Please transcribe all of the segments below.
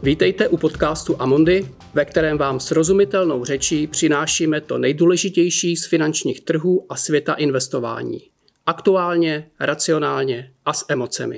Vítejte u podcastu Amundi, ve kterém vám srozumitelnou řečí přinášíme to nejdůležitější z finančních trhů a světa investování. Aktuálně, racionálně a s emocemi.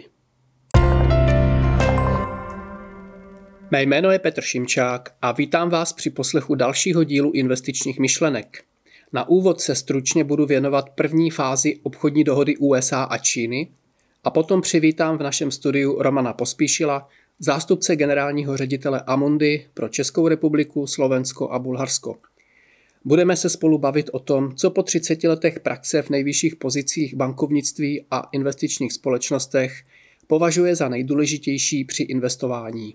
Mé jméno je Petr Šimčák a vítám vás při poslechu dalšího dílu investičních myšlenek. Na úvod se stručně budu věnovat první fázi obchodní dohody USA a Číny a potom přivítám v našem studiu Romana Pospíšila, zástupce generálního ředitele Amundi pro Českou republiku, Slovensko a Bulharsko. Budeme se spolu bavit o tom, co po 30 letech praxe v nejvyšších pozicích bankovnictví a investičních společnostech považuje za nejdůležitější při investování.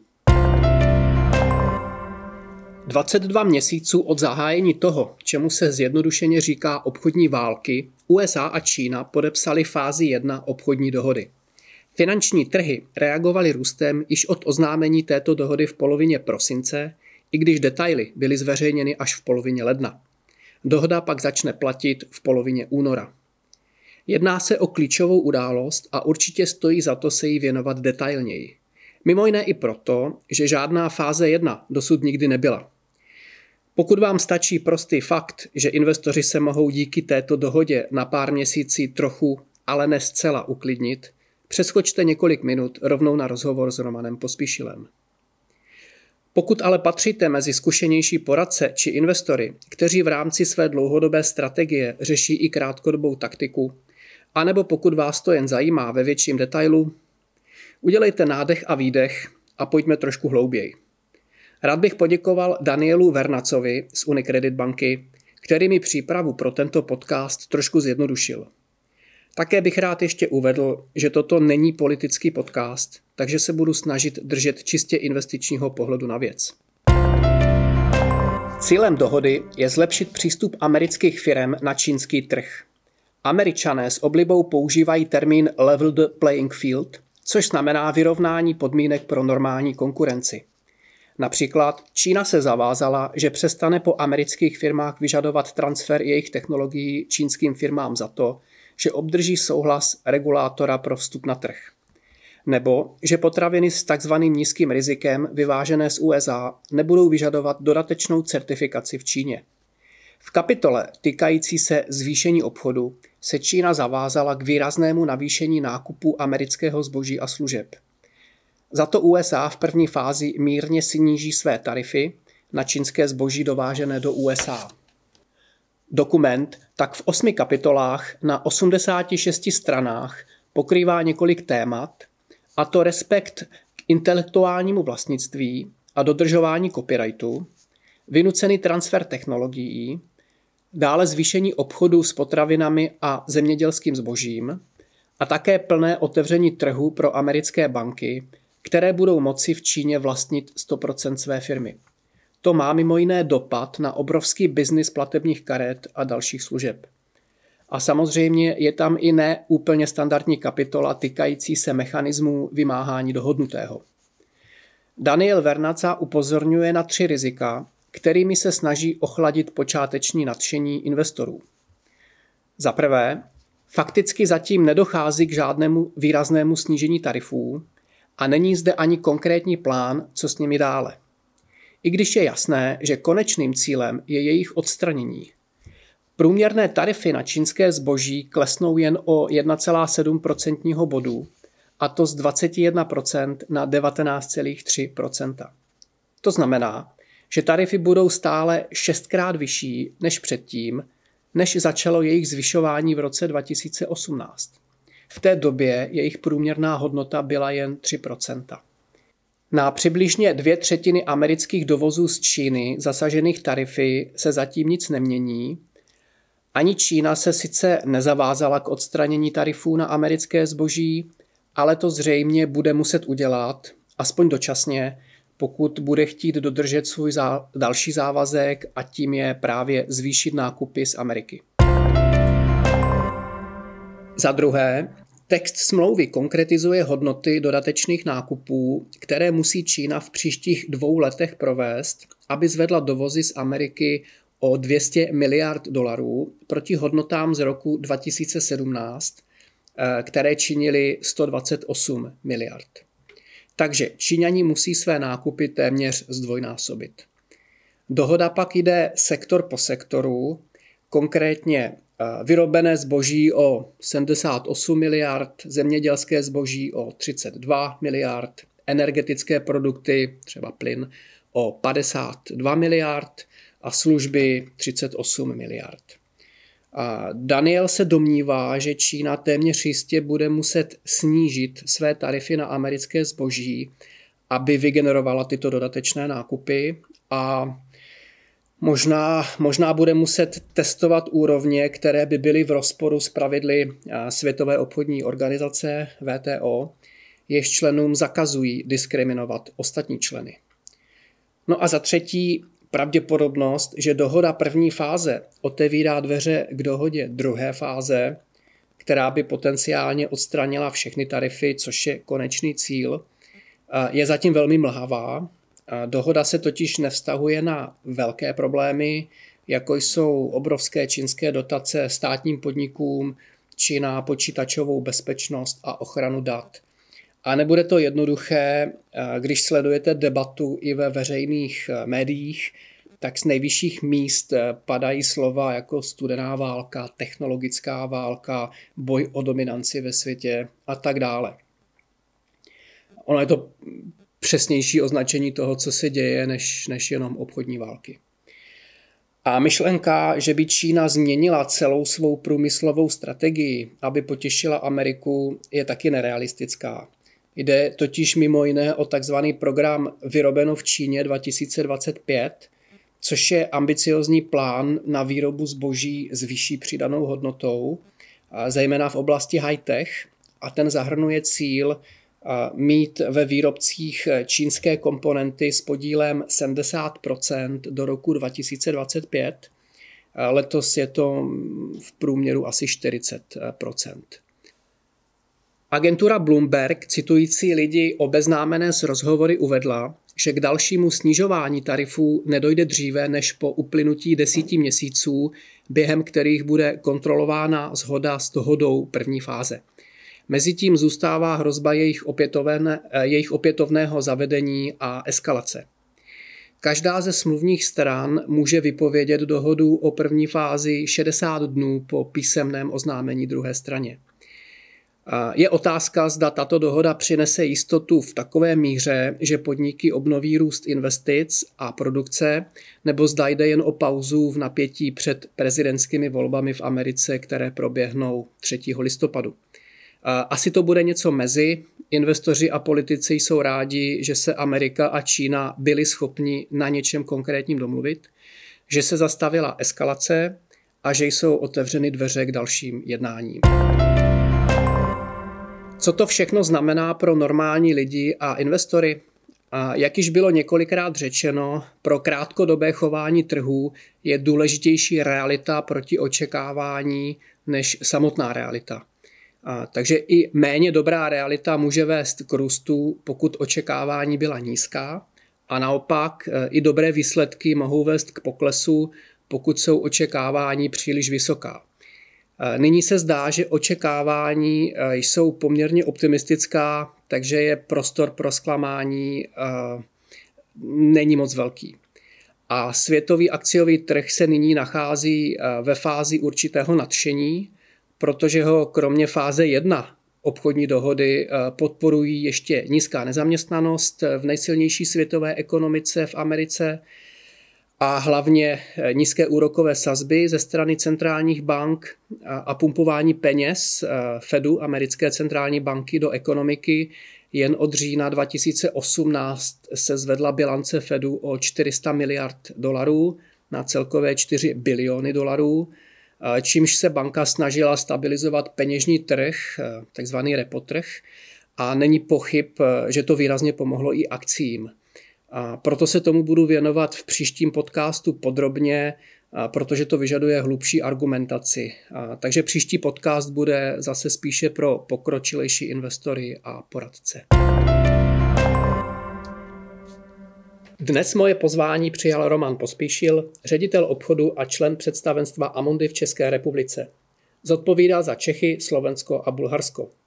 22 měsíců od zahájení toho, čemu se zjednodušeně říká obchodní války, USA a Čína podepsali fázi 1 obchodní dohody. Finanční trhy reagovaly růstem již od oznámení této dohody v polovině prosince, i když detaily byly zveřejněny až v polovině ledna. Dohoda pak začne platit v polovině února. Jedná se o klíčovou událost a určitě stojí za to se jí věnovat detailněji. Mimo jiné i proto, že žádná fáze 1 dosud nikdy nebyla. Pokud vám stačí prostý fakt, že investoři se mohou díky této dohodě na pár měsící trochu, ale ne zcela uklidnit, přeskočte několik minut rovnou na rozhovor s Romanem Pospíšilem. Pokud ale patříte mezi zkušenější poradce či investory, kteří v rámci své dlouhodobé strategie řeší i krátkodobou taktiku, anebo pokud vás to jen zajímá ve větším detailu, udělejte nádech a výdech a pojďme trošku hlouběji. Rád bych poděkoval Danielu Vernacovi z Unicredit banky, který mi přípravu pro tento podcast trošku zjednodušil. Také bych rád ještě uvedl, že toto není politický podcast, takže se budu snažit držet čistě investičního pohledu na věc. Cílem dohody je zlepšit přístup amerických firem na čínský trh. Američané s oblibou používají termín level the playing field, což znamená vyrovnání podmínek pro normální konkurenci. Například Čína se zavázala, že přestane po amerických firmách vyžadovat transfer jejich technologií čínským firmám za to, že obdrží souhlas regulátora pro vstup na trh. Nebo že potraviny s takzvaným nízkým rizikem vyvážené z USA nebudou vyžadovat dodatečnou certifikaci v Číně. V kapitole týkající se zvýšení obchodu se Čína zavázala k výraznému navýšení nákupu amerického zboží a služeb. Za to USA v první fázi mírně sníží své tarify na čínské zboží dovážené do USA. Dokument tak v 8 kapitolách na 86 stranách pokrývá několik témat, a to respekt k intelektuálnímu vlastnictví a dodržování copyrightu, vynucený transfer technologií, dále zvýšení obchodu s potravinami a zemědělským zbožím a také plné otevření trhu pro americké banky, které budou moci v Číně vlastnit 100% své firmy. To má mimo jiné dopad na obrovský biznis platebních karet a dalších služeb. A samozřejmě je tam i neúplně standardní kapitola týkající se mechanismů vymáhání dohodnutého. Daniel Vernaca upozorňuje na 3 rizika, kterými se snaží ochladit počáteční nadšení investorů. Za prvé, fakticky zatím nedochází k žádnému výraznému snížení tarifů a není zde ani konkrétní plán, co s nimi dále. I když je jasné, že konečným cílem je jejich odstranění. Průměrné tarify na čínské zboží klesnou jen o 1,7% bodu, a to z 21% na 19,3%. To znamená, že tarify budou stále 6krát vyšší než předtím, než začalo jejich zvyšování v roce 2018. V té době jejich průměrná hodnota byla jen 3%. Na přibližně 2/3 amerických dovozů z Číny zasažených tarify se zatím nic nemění. Ani Čína se sice nezavázala k odstranění tarifů na americké zboží, ale to zřejmě bude muset udělat, aspoň dočasně, pokud bude chtít dodržet svůj další závazek, a tím je právě zvýšit nákupy z Ameriky. Za druhé, text smlouvy konkretizuje hodnoty dodatečných nákupů, které musí Čína v příštích 2 letech provést, aby zvedla dovozy z Ameriky o $200 miliard proti hodnotám z roku 2017, které činily 128 miliard. Takže Číňani musí své nákupy téměř zdvojnásobit. Dohoda pak jde sektor po sektoru, konkrétně vyrobené zboží o 78 miliard, zemědělské zboží o 32 miliard, energetické produkty, třeba plyn, o 52 miliard a služby 38 miliard. Daniel se domnívá, že Čína téměř jistě bude muset snížit své tarify na americké zboží, aby vygenerovala tyto dodatečné nákupy a možná bude muset testovat úrovně, které by byly v rozporu s pravidly Světové obchodní organizace WTO, jež členům zakazují diskriminovat ostatní členy. No a za třetí, pravděpodobnost, že dohoda první fáze otevírá dveře k dohodě druhé fáze, která by potenciálně odstranila všechny tarify, což je konečný cíl, je zatím velmi mlhavá. Dohoda se totiž nevztahuje na velké problémy, jako jsou obrovské čínské dotace státním podnikům či na počítačovou bezpečnost a ochranu dat. A nebude to jednoduché, když sledujete debatu i ve veřejných médiích, tak z nejvyšších míst padají slova jako studená válka, technologická válka, boj o dominanci ve světě a tak dále. Ono je to přesnější označení toho, co se děje, než jenom obchodní války. A myšlenka, že by Čína změnila celou svou průmyslovou strategii, aby potěšila Ameriku, je taky nerealistická. Jde totiž mimo jiné o takzvaný program Vyrobeno v Číně 2025, což je ambiciózní plán na výrobu zboží s vyšší přidanou hodnotou, zejména v oblasti high-tech, a ten zahrnuje cíl mít ve výrobcích čínské komponenty s podílem 70% do roku 2025. Letos je to v průměru asi 40%. Agentura Bloomberg, citující lidi obeznámené s rozhovory, uvedla, že k dalšímu snižování tarifů nedojde dříve než po uplynutí 10 měsíců, během kterých bude kontrolována shoda s dohodou první fáze. Mezitím zůstává hrozba jejich opětovného zavedení a eskalace. Každá ze smluvních stran může vypovědět dohodu o první fázi 60 dnů po písemném oznámení druhé straně. Je otázka, zda tato dohoda přinese jistotu v takové míře, že podniky obnoví růst investic a produkce, nebo zda jde jen o pauzu v napětí před prezidentskými volbami v Americe, které proběhnou 3. listopadu. Asi to bude něco mezi. Investoři a politici jsou rádi, že se Amerika a Čína byli schopni na něčem konkrétním domluvit, že se zastavila eskalace a že jsou otevřeny dveře k dalším jednáním. Co to všechno znamená pro normální lidi a investory? Jak již bylo několikrát řečeno, pro krátkodobé chování trhů je důležitější realita proti očekávání než samotná realita. Takže i méně dobrá realita může vést k růstu, pokud očekávání byla nízká, a naopak i dobré výsledky mohou vést k poklesu, pokud jsou očekávání příliš vysoká. Nyní se zdá, že očekávání jsou poměrně optimistická, takže je prostor pro zklamání není moc velký. A světový akciový trh se nyní nachází ve fázi určitého nadšení, protože ho kromě fáze 1 obchodní dohody podporují ještě nízká nezaměstnanost v nejsilnější světové ekonomice v Americe a hlavně nízké úrokové sazby ze strany centrálních bank a pumpování peněz Fedu, americké centrální banky, do ekonomiky. Jen od října 2018 se zvedla bilance Fedu o 400 miliard dolarů na celkové 4 biliony dolarů, čímž se banka snažila stabilizovat peněžní trh, takzvaný repotrh, a není pochyb, že to výrazně pomohlo i akciím. A proto se tomu budu věnovat v příštím podcastu podrobně, protože to vyžaduje hlubší argumentaci. Takže příští podcast bude zase spíše pro pokročilejší investory a poradce. Dnes moje pozvání přijal Roman Pospíšil, ředitel obchodu a člen představenstva Amundi v České republice. Zodpovídá za Čechy, Slovensko a Bulharsko.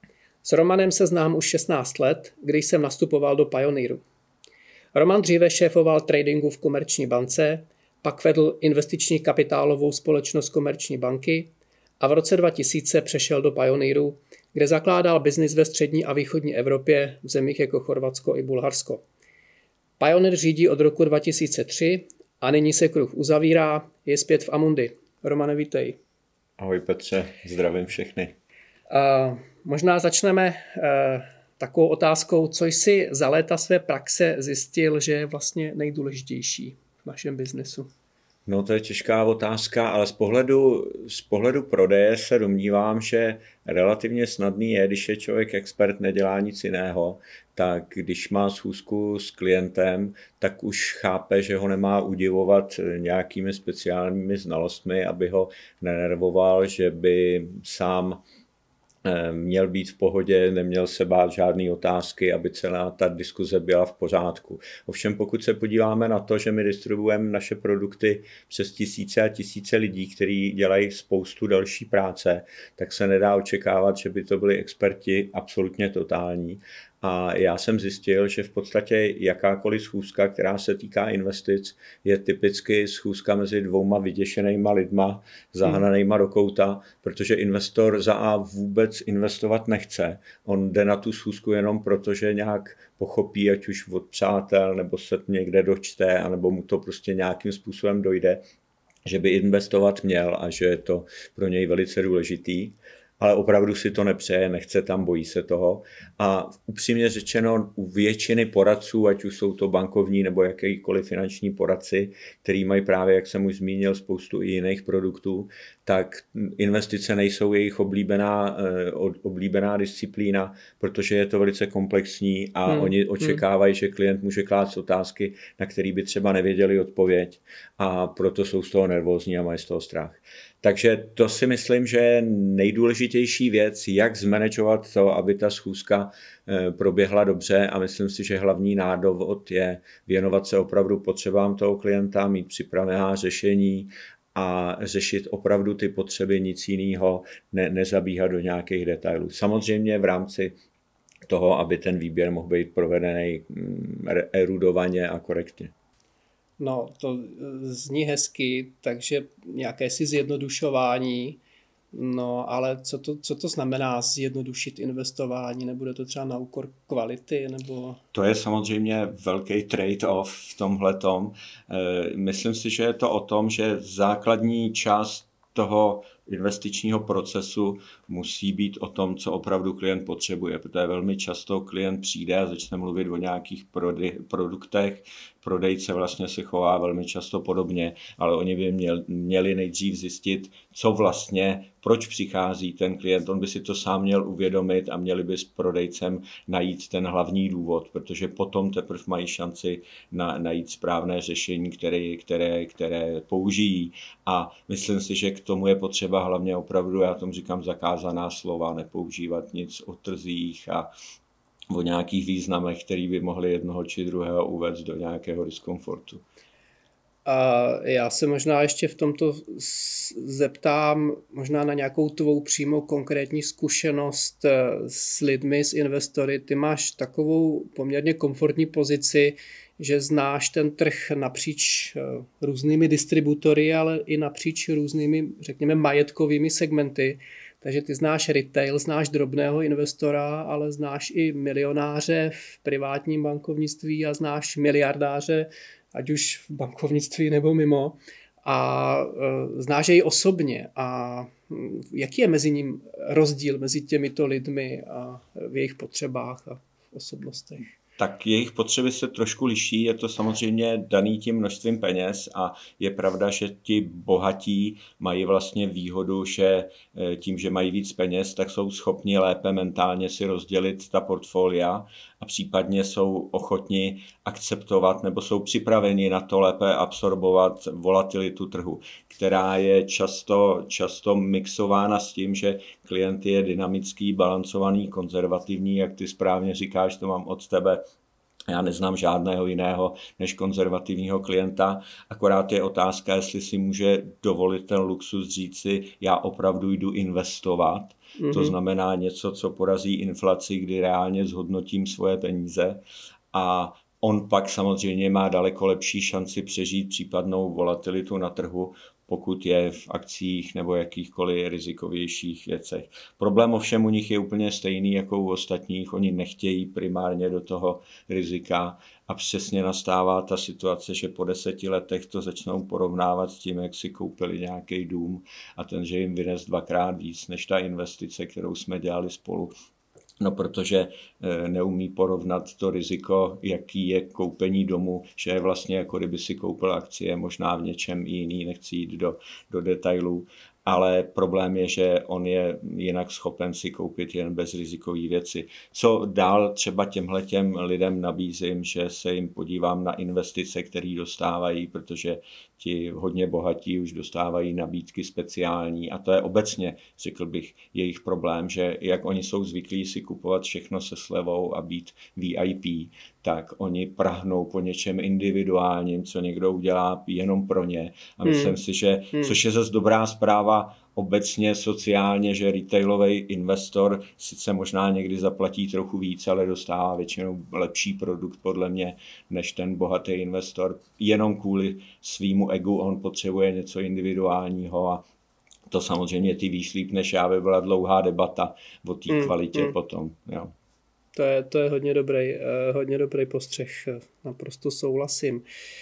S Romanem se znám už 16 let, když jsem nastupoval do Pioneeru. Roman dříve šéfoval tradingu v Komerční bance, pak vedl investiční kapitálovou společnost Komerční banky a v roce 2000 přešel do Pioneeru, kde zakládal biznis ve střední a východní Evropě v zemích jako Chorvatsko i Bulharsko. Pioneer řídí od roku 2003 a nyní se kruh uzavírá, je zpět v Amundi. Romane, vítej. Ahoj Petře, zdravím všechny. Možná začneme takovou otázkou, co jsi za léta své praxe zjistil, že je vlastně nejdůležitější v našem biznesu? No to je těžká otázka, ale z pohledu prodeje se domnívám, že relativně snadný je, když je člověk expert, nedělá nic jiného, tak když má schůzku s klientem, tak už chápe, že ho nemá udivovat nějakými speciálními znalostmi, aby ho nenervoval, že by sám měl být v pohodě, neměl se bát žádné otázky, aby celá ta diskuze byla v pořádku. Ovšem pokud se podíváme na to, že my distribuujeme naše produkty přes tisíce a tisíce lidí, kteří dělají spoustu další práce, tak se nedá očekávat, že by to byli experti absolutně totální. A já jsem zjistil, že v podstatě jakákoliv schůzka, která se týká investic, je typicky schůzka mezi dvouma vyděšenýma lidma, zahnanýma do kouta, protože investor za A vůbec investovat nechce. On jde na tu schůzku jenom proto, že nějak pochopí, ať už od přátel, nebo se někde dočte, anebo mu to prostě nějakým způsobem dojde, že by investovat měl a že je to pro něj velice důležitý. Ale opravdu si to nepřeje, nechce tam, bojí se toho. A upřímně řečeno, u většiny poradců, ať už jsou to bankovní nebo jakýkoliv finanční poradci, který mají právě, jak jsem už zmínil, spoustu i jiných produktů, tak investice nejsou jejich oblíbená disciplína, protože je to velice komplexní a oni očekávají, že klient může klást otázky, na které by třeba nevěděli odpověď, a proto jsou z toho nervózní a mají z toho strach. Takže to si myslím, že je nejdůležitější věc, jak zmanagovat to, aby ta schůzka proběhla dobře, a myslím si, že hlavní nádovod je věnovat se opravdu potřebám toho klienta, mít připravená řešení a řešit opravdu ty potřeby, nic jiného, nezabíhat do nějakých detailů. Samozřejmě v rámci toho, aby ten výběr mohl být provedený erudovaně a korektně. No, to zní hezky, takže nějaké si zjednodušování, no ale co to znamená zjednodušit investování? Nebude to třeba na úkor kvality? Nebo... To je samozřejmě velký trade-off v tomhletom. Myslím si, že je to o tom, že základní část toho investičního procesu musí být o tom, co opravdu klient potřebuje, protože velmi často klient přijde a začne mluvit o nějakých produktech, prodejce vlastně se chová velmi často podobně, ale oni by měli nejdřív zjistit, co vlastně, proč přichází ten klient, on by si to sám měl uvědomit a měli by s prodejcem najít ten hlavní důvod, protože potom teprve mají šanci najít správné řešení, které použijí, a myslím si, že k tomu je potřeba hlavně opravdu, já tomu říkám, zakázaná slova, nepoužívat nic o trzích a o nějakých významech, který by mohli jednoho či druhého uvést do nějakého diskomfortu. A já se možná ještě v tomto zeptám možná na nějakou tvou přímo konkrétní zkušenost s lidmi, s investory. Ty máš takovou poměrně komfortní pozici, že znáš ten trh napříč různými distributory, ale i napříč různými, řekněme, majetkovými segmenty. Takže ty znáš retail, znáš drobného investora, ale znáš i milionáře v privátním bankovnictví a znáš miliardáře, ať už v bankovnictví nebo mimo. A znáš jej osobně. A jaký je mezi ním rozdíl mezi těmito lidmi a v jejich potřebách a v osobnostech? Tak jejich potřeby se trošku liší, je to samozřejmě daný tím množstvím peněz, a je pravda, že ti bohatí mají vlastně výhodu, že tím, že mají víc peněz, tak jsou schopni lépe mentálně si rozdělit ta portfolia a případně jsou ochotni akceptovat nebo jsou připraveni na to lépe absorbovat volatilitu trhu, která je často mixována s tím, že klient je dynamický, balancovaný, konzervativní, jak ty správně říkáš, to mám od tebe Já neznám žádného jiného než konzervativního klienta, akorát je otázka, jestli si může dovolit ten luxus říct si, já opravdu jdu investovat. To znamená něco, co porazí inflaci, kdy reálně zhodnotím svoje peníze a on pak samozřejmě má daleko lepší šanci přežít případnou volatilitu na trhu, pokud je v akcích nebo jakýchkoliv rizikovějších věcech. Problém ovšem u nich je úplně stejný jako u ostatních. Oni nechtějí primárně do toho rizika a přesně nastává ta situace, že po 10 letech to začnou porovnávat s tím, jak si koupili nějaký dům a ten, že jim vynes 2x víc než ta investice, kterou jsme dělali spolu. No, protože neumí porovnat to riziko, jaký je koupení domu, že je vlastně jako kdyby si koupil akcie, možná v něčem jiný, nechci jít do detailů, ale problém je, že on je jinak schopen si koupit jen bezrizikové věci. Co dál třeba těmhletěm lidem nabízím, že se jim podívám na investice, které dostávají, protože ti hodně bohatí už dostávají nabídky speciální a to je obecně, řekl bych, jejich problém, že jak oni jsou zvyklí si kupovat všechno se slevou a být VIP, tak oni prahnou po něčem individuálním, co někdo udělá jenom pro ně. A myslím si, že, což je zase dobrá zpráva obecně sociálně, že retailový investor sice možná někdy zaplatí trochu víc, ale dostává většinou lepší produkt podle mě, než ten bohatý investor. Jenom kvůli svýmu egu on potřebuje něco individuálního a to samozřejmě ty víš líp než já, by byla dlouhá debata o té kvalitě potom. Jo. To je hodně dobrý postřeh, naprosto souhlasím.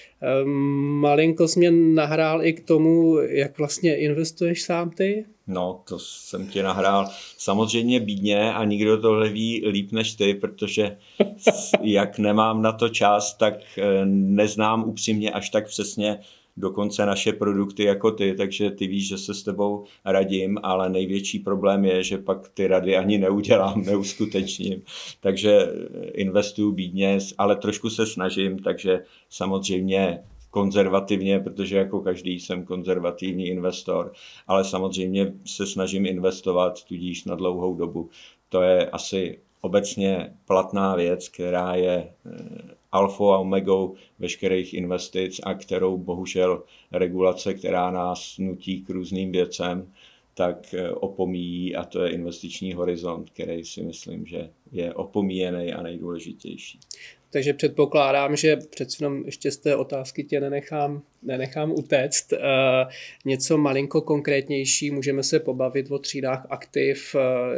Malinko jsi mě nahrál i k tomu, jak vlastně investuješ sám ty? No, to jsem tě nahrál samozřejmě bídně a nikdo tohle ví líp než ty, protože jak nemám na to čas, tak neznám upřímně až tak přesně dokonce naše produkty jako ty, takže ty víš, že se s tebou radím, ale největší problém je, že pak ty rady ani neudělám, neuskutečním. Takže investuju bídně, ale trošku se snažím, takže samozřejmě konzervativně, protože jako každý jsem konzervativní investor, ale samozřejmě se snažím investovat, tudíž na dlouhou dobu. To je asi obecně platná věc, která je alfou a omegou veškerých investic a kterou bohužel regulace, která nás nutí k různým věcem, tak opomíjí a to je investiční horizont, který si myslím, že je opomíjený a nejdůležitější. Takže předpokládám, že přece jenom ještě z té otázky tě nenechám utéct. Něco malinko konkrétnější, můžeme se pobavit o třídách aktiv.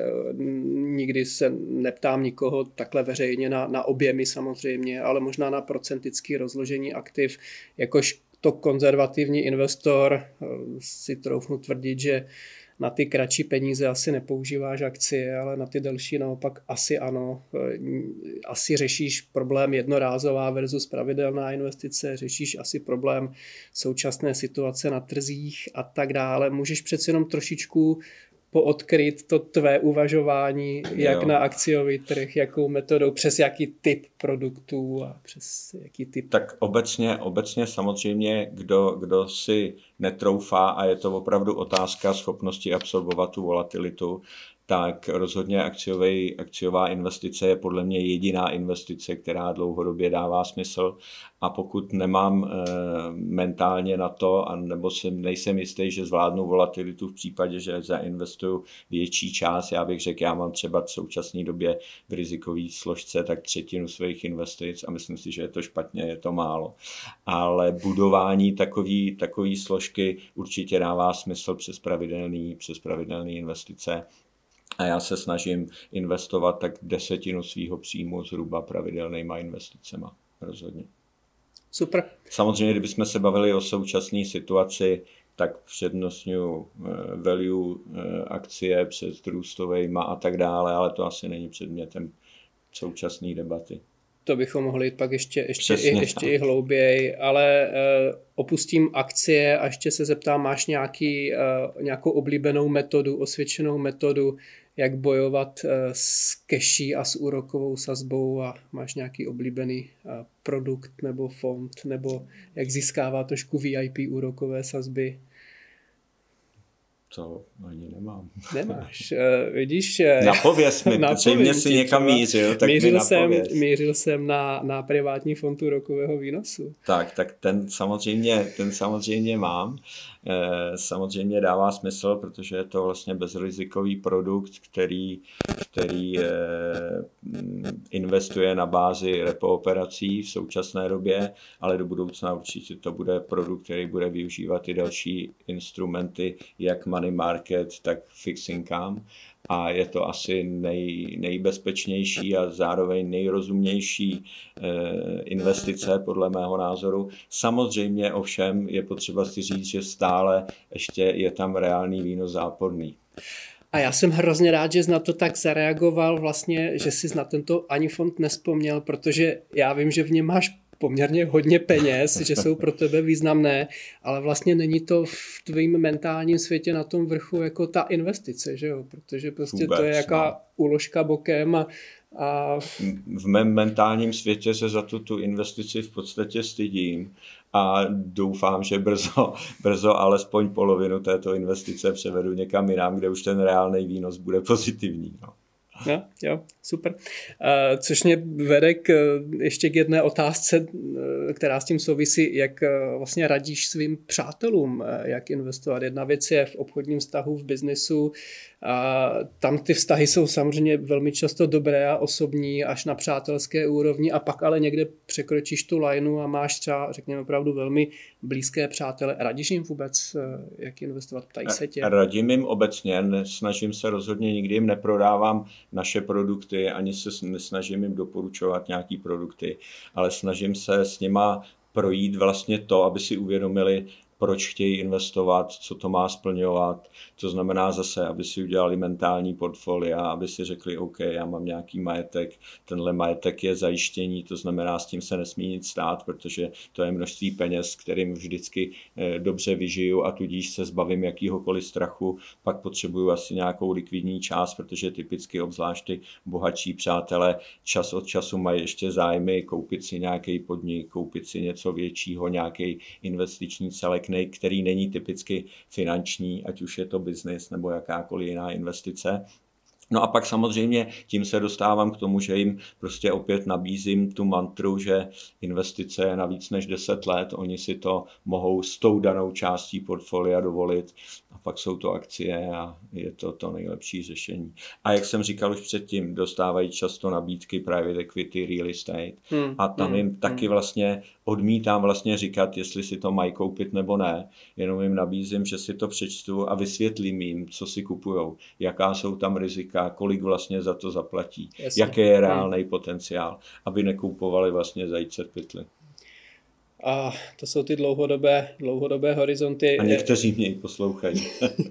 Nikdy se neptám nikoho takhle veřejně na objemy samozřejmě, ale možná na procentické rozložení aktiv. Jakož to konzervativní investor si troufnu tvrdit, že na ty kratší peníze asi nepoužíváš akcie, ale na ty delší naopak asi ano. Asi řešíš problém jednorázová versus pravidelná investice, řešíš asi problém současné situace na trzích a tak dále. Můžeš přece jenom trošičku poodkryt to tvé uvažování, jak na akciový trh, jakou metodou, přes jaký typ produktů a přes jaký typ... Tak obecně samozřejmě, kdo si netroufá a je to opravdu otázka schopnosti absorbovat tu volatilitu, tak rozhodně akciová investice je podle mě jediná investice, která dlouhodobě dává smysl. A pokud nemám mentálně na to, nebo nejsem jistý, že zvládnu volatilitu v případě, že zainvestuju větší část, já bych řekl, já mám třeba v současné době v rizikové složce tak 1/3 svých investic a myslím si, že je to špatně, je to málo. Ale budování takové složky určitě dává smysl přes pravidelné investice. A já se snažím investovat tak 10% svýho příjmu zhruba pravidelnýma investicema. Rozhodně. Super. Samozřejmě, kdybychom se bavili o současné situaci, tak přednostňuji value akcie před růstovejma a tak dále, ale to asi není předmětem současné debaty. To bychom mohli jít pak ještě i hlouběji, ale opustím akcie a ještě se zeptám, máš nějakou oblíbenou metodu, osvědčenou metodu, jak bojovat s cashi a s úrokovou sazbou a máš nějaký oblíbený produkt nebo fond, nebo jak získává trošku VIP úrokové sazby? To ani nemám. Nemáš. Vidíš... Napověz mi, zřejmě si někam mířil, tak mi napověz. Mířil jsem na privátní fond úrokového výnosu. Tak ten samozřejmě mám. Samozřejmě dává smysl, protože je to vlastně bezrizikový produkt, který investuje na bázi repo operací v současné době, ale do budoucna určitě to bude produkt, který bude využívat i další instrumenty, jak money market, tak fixed income. A je to asi nejbezpečnější a zároveň nejrozumnější investice podle mého názoru. Samozřejmě ovšem je potřeba si říct, že stále ještě je tam reálný výnos záporný. A já jsem hrozně rád, že jsi na to tak zareagoval vlastně, že jsi na tento ani fond nespomněl, protože já vím, že v něm máš poměrně hodně peněz, že jsou pro tebe významné, ale vlastně není to v tvým mentálním světě na tom vrchu jako ta investice, že jo? Protože prostě vůbec, to je jaká úložka bokem a... V mém mentálním světě se za tu investici v podstatě stydím a doufám, že brzo alespoň polovinu této investice převedu někam jinam, kde už ten reálný výnos bude pozitivní. No. Jo, super. Což mě vede ještě k jedné otázce, která s tím souvisí, jak vlastně radíš svým přátelům, jak investovat. Jedna věc je v obchodním vztahu, v biznesu. Tam ty vztahy jsou samozřejmě velmi často dobré a osobní, až na přátelské úrovni, a pak ale někde překročíš tu lineu a máš třeba, řekněme, opravdu velmi blízké přátele. Radíš jim vůbec, jak investovat? Ptají se tě? Radím jim obecně, snažím se rozhodně, nikdy jim neprodávám naše produkty, ani se nesnažím jim doporučovat nějaký produkty, ale snažím se s nima projít vlastně to, aby si uvědomili, proč chtějí investovat, co to má splňovat. To znamená zase, aby si udělali mentální portfolia, aby si řekli, OK, já mám nějaký majetek, tenhle majetek je zajištění, to znamená, s tím se nesmí nic stát, protože to je množství peněz, kterým vždycky dobře vyžiju a tudíž se zbavím jakýhokoliv strachu. Pak potřebuju asi nějakou likvidní část, protože typicky obzvlášť ty bohatší přátelé čas od času mají ještě zájmy koupit si nějaký podnik, koupit si něco většího, nějaký investiční celek, který není typicky finanční, ať už je to biznis nebo jakákoliv jiná investice. No a pak samozřejmě tím se dostávám k tomu, že jim prostě opět nabízím tu mantru, že investice je na víc než 10 let, oni si to mohou s tou danou částí portfolia dovolit a pak jsou to akcie a je to nejlepší řešení. A jak jsem říkal už předtím, dostávají často nabídky private equity, real estate a tam jim taky vlastně odmítám vlastně říkat, jestli si to mají koupit nebo ne, jenom jim nabízím, že si to přečtu a vysvětlím jim, co si kupujou, jaká jsou tam rizika, kolik vlastně za to zaplatí, jaký je reálný potenciál, aby nekupovali vlastně zajíce v pytli. A to jsou ty dlouhodobé horizonty. A někteří mě poslouchají.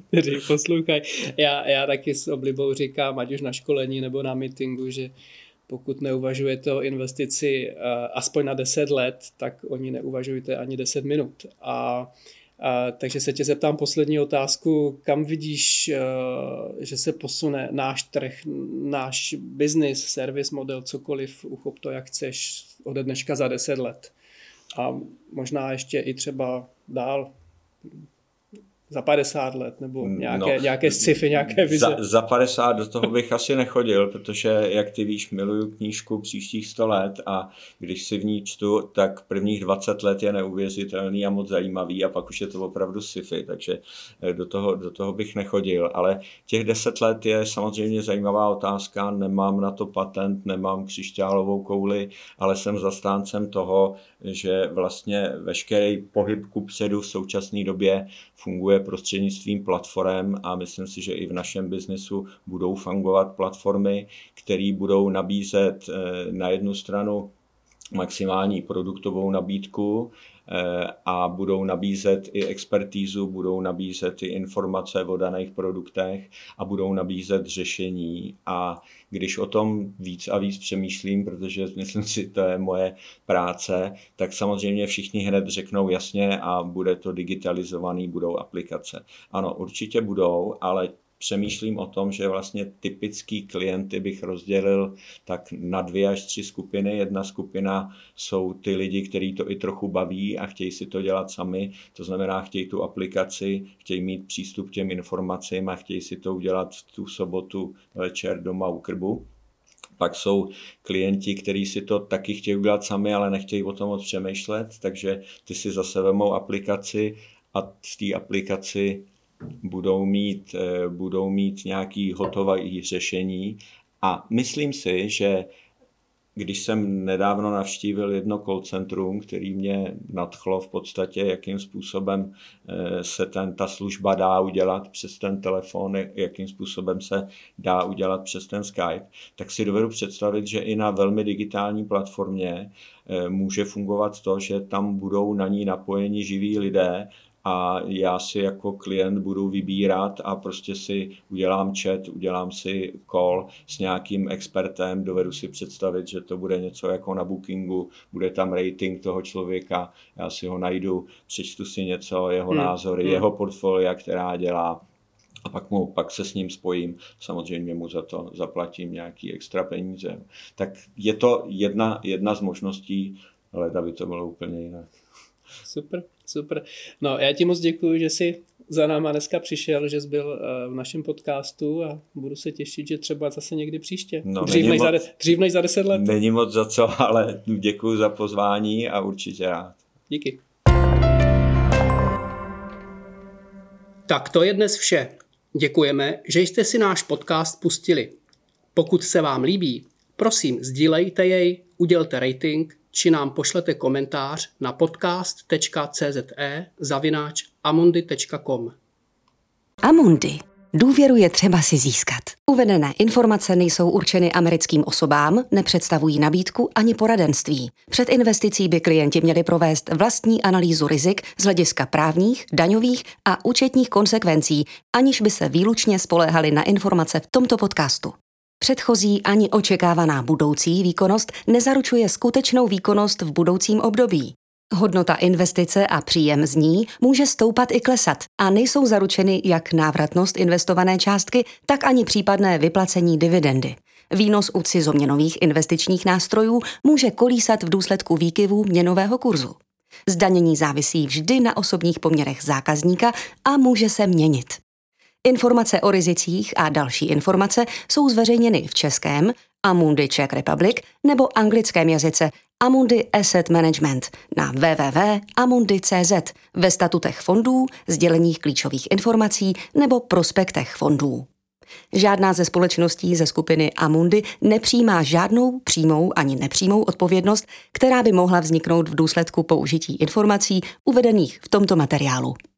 Já taky s oblibou říkám, ať už na školení nebo na meetingu, že pokud neuvažujete o investici aspoň na 10 let, tak o ní neuvažujte ani 10 minut. Takže se tě zeptám poslední otázku. Kam vidíš, že se posune náš trh, náš business, service model, cokoliv, uchop to, jak chceš, ode dneška za 10 let? A možná ještě i třeba dál, za 50 let, nebo nějaké sci-fi, nějaké vize. Za 50 do toho bych asi nechodil, protože, jak ty víš, miluju knížku Příštích 100 let a když si v ní čtu, tak prvních 20 let je neuvěřitelný a moc zajímavý a pak už je to opravdu sci-fi, takže do toho bych nechodil. Ale těch 10 let je samozřejmě zajímavá otázka, nemám na to patent, nemám křišťálovou kouli, ale jsem zastáncem toho, že vlastně veškerý pohyb kupředu v současné době funguje prostřednictvím platform a myslím si, že i v našem biznesu budou fungovat platformy, které budou nabízet na jednu stranu maximální produktovou nabídku a budou nabízet i expertízu, budou nabízet i informace o daných produktech a budou nabízet řešení. A když o tom víc a víc přemýšlím, protože myslím si, to je moje práce, tak samozřejmě všichni hned řeknou jasně a bude to digitalizovaný, budou aplikace. Ano, určitě budou, ale přemýšlím o tom, že vlastně typický klienty bych rozdělil tak na 2 až 3 skupiny. Jedna skupina jsou ty lidi, kteří to i trochu baví a chtějí si to dělat sami, to znamená, chtějí tu aplikaci, chtějí mít přístup k těm informacím a chtějí si to udělat tu sobotu večer doma u krbu. Pak jsou klienti, kteří si to taky chtějí udělat sami, ale nechtějí o tom moc přemýšlet, takže ty si zase vemou aplikaci a z té aplikaci budou mít nějaké hotové řešení. A myslím si, že když jsem nedávno navštívil jedno call centrum, který mě nadchlo v podstatě, jakým způsobem se ta služba dá udělat přes ten telefon, jakým způsobem se dá udělat přes ten Skype, tak si dovedu představit, že i na velmi digitální platformě může fungovat to, že tam budou na ní napojeni živí lidé, a já si jako klient budu vybírat a prostě si udělám chat, udělám si call s nějakým expertem, dovedu si představit, že to bude něco jako na Bookingu, bude tam rating toho člověka, já si ho najdu, přečtu si něco, jeho názory, jeho portfolia, která dělá, a pak se s ním spojím, samozřejmě mu za to zaplatím nějaký extra peníze. Tak je to jedna z možností, ale aby to bylo úplně jinak. Super. No, já ti moc děkuji, že jsi za náma dneska přišel, že jsi byl v našem podcastu a budu se těšit, že třeba zase někdy příště. No, dřív než za 10 let. Není moc za co, ale děkuji za pozvání a určitě rád. Díky. Tak to je dnes vše. Děkujeme, že jste si náš podcast pustili. Pokud se vám líbí, prosím, sdílejte jej, udělte rating, či nám pošlete komentář na podcast.cze@amundi.com. Amundi. Důvěru je třeba si získat. Uvedené informace nejsou určeny americkým osobám, nepředstavují nabídku ani poradenství. Před investicí by klienti měli provést vlastní analýzu rizik z hlediska právních, daňových a účetních konsekvencí, aniž by se výlučně spoléhali na informace v tomto podcastu. Předchozí ani očekávaná budoucí výkonnost nezaručuje skutečnou výkonnost v budoucím období. Hodnota investice a příjem z ní může stoupat i klesat a nejsou zaručeny jak návratnost investované částky, tak ani případné vyplacení dividendy. Výnos u cizoměnových investičních nástrojů může kolísat v důsledku výkyvů měnového kurzu. Zdanění závisí vždy na osobních poměrech zákazníka a může se měnit. Informace o rizicích a další informace jsou zveřejněny v českém Amundi Czech Republic nebo anglickém jazyce Amundi Asset Management na www.amundi.cz, ve statutech fondů, sděleních klíčových informací nebo prospektech fondů. Žádná ze společností ze skupiny Amundi nepřijímá žádnou přímou ani nepřímou odpovědnost, která by mohla vzniknout v důsledku použití informací uvedených v tomto materiálu.